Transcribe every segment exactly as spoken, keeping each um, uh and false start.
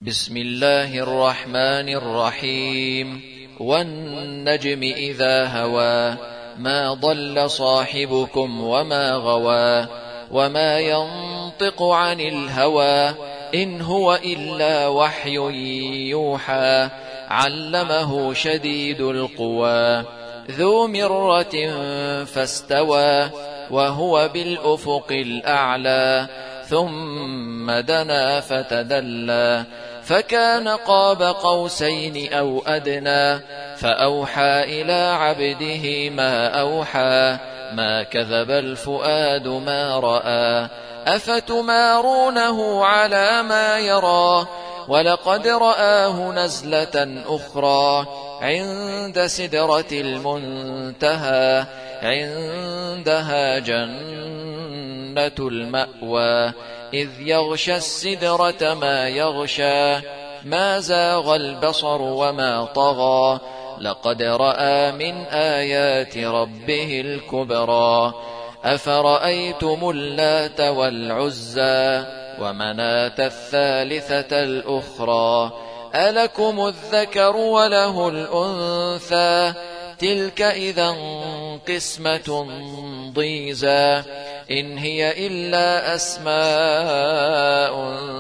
بسم الله الرحمن الرحيم والنجم إذا هوى ما ضل صاحبكم وما غوى وما ينطق عن الهوى إن هو إلا وحي يوحى علمه شديد القوى ذو مرة فاستوى وهو بالأفق الأعلى ثم دنا فتدلى فكان قاب قوسين أو أدنى فأوحى إلى عبده ما أوحى ما كذب الفؤاد ما رأى أفتمارونه على ما يرى ولقد رآه نزلة أخرى عند سدرة المنتهى عندها جنة المأوى إذ يغشى السدرة ما يغشى ما زاغ البصر وما طغى لقد رأى من آيات ربه الكبرى أفرأيتم اللات والعزى ومناة الثالثة الأخرى ألكم الذكر وله الأنثى تلك إذا قسمة ضيزى إن هي إلا أسماء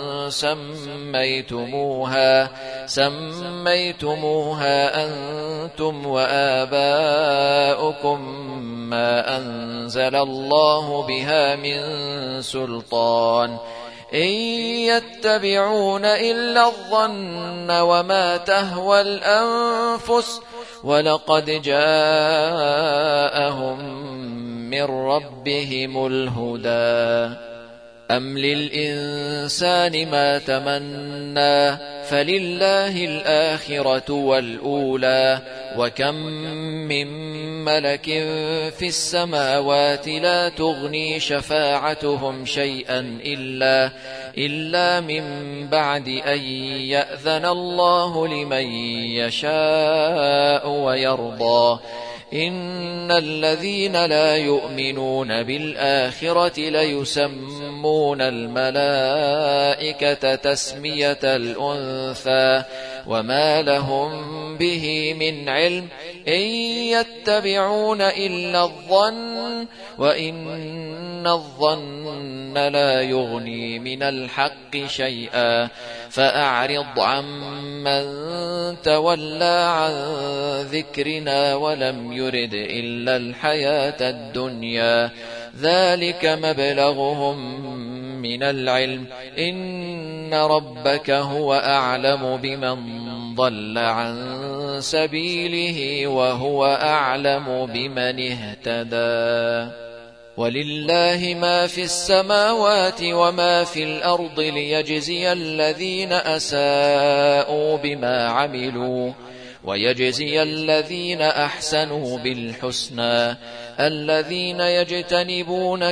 سميتموها سميتموها أنتم وآباؤكم ما أنزل الله بها من سلطان إن يتبعون إلا الظن وما تهوى الأنفس ولقد جاءهم من ربهم الهدى أم للإنسان ما تمنى فلله الآخرة والأولى وكم من ملك في السماوات لا تغني شفاعتهم شيئا إلا, إلا من بعد أن يأذن الله لمن يشاء ويرضى إن الذين لا يؤمنون بالآخرة ليسمون الملائكة تسمية الأنثى وما لهم به من علم إن يتبعون إلا الظن وإن الظن لا يغني من الحق شيئا فأعرض عمن تولى عن ذكرنا ولم يرد إلا الحياة الدنيا ذلك مبلغهم من العلم إن ربك هو أعلم بمن ضل عن سبيله وهو أعلم بمن اهتدى ولله ما في السماوات وما في الأرض ليجزي الذين أساءوا بما عملوا ويجزي الذين أحسنوا بالحسنى الذين يجتنبون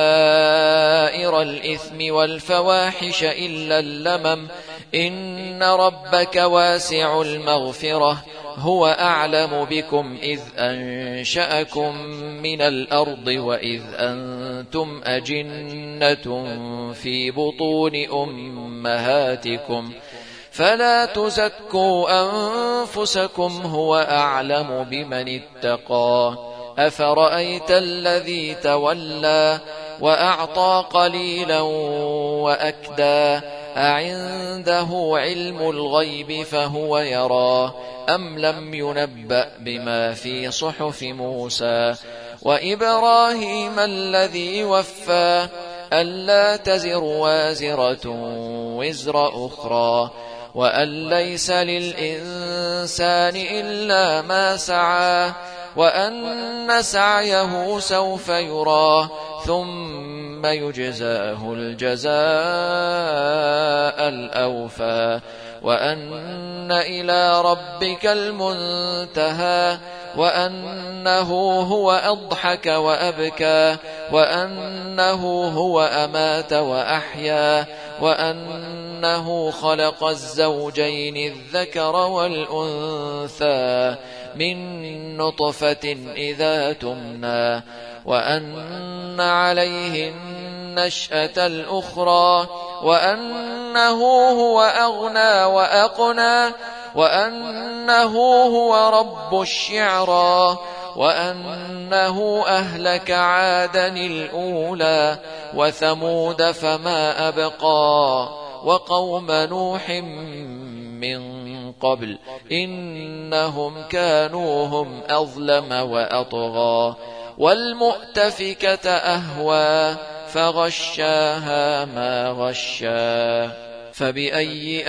كبائر الإثم والفواحش إلا اللمم إن ربك واسع المغفرة هو أعلم بكم إذ أنشأكم من الأرض وإذ أنتم أجنة في بطون أمهاتكم فلا تزكوا أنفسكم هو أعلم بمن اتقى أفرأيت الذي تولى وأعطى قليلا وأكدى أعنده علم الغيب فهو يرى أم لم ينبأ بما في صحف موسى وإبراهيم الذي وفى ألا تزر وازرة وزر أخرى وأن ليس للإنسان إلا ما سعى وأن سعيه سوف يرى ثم يجزاه الجزاء الأوفى وأن إلى ربك المنتهى وأنه هو أضحك وأبكى وأنه هو أمات وأحيا وأنه خلق الزوجين الذكر والأنثى من نطفة إذا تمنى وأن عليه النشأة الأخرى وأنه هو أغنى وأقنى وأنه هو رب الشعرى وأنه أهلك عادا الأولى وثمود فما أبقى وقوم نوح من قبل إنهم كانوا هم أظلم وأطغى والمؤتفكة أهوى فغشاها ما غشا فبأي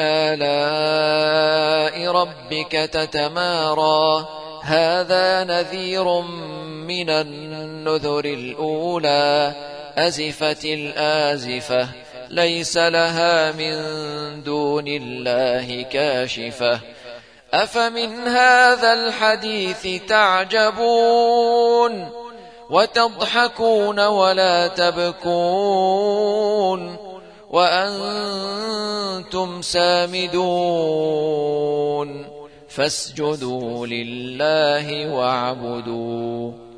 آلاء ربك تتمارى هذا نذير من النذر الأولى أزفت الآزفة ليس لها من دون الله كاشفة أفمن هذا الحديث تعجبون وتضحكون ولا تبكون وأنتم سامدون فاسجدوا لله واعبدوا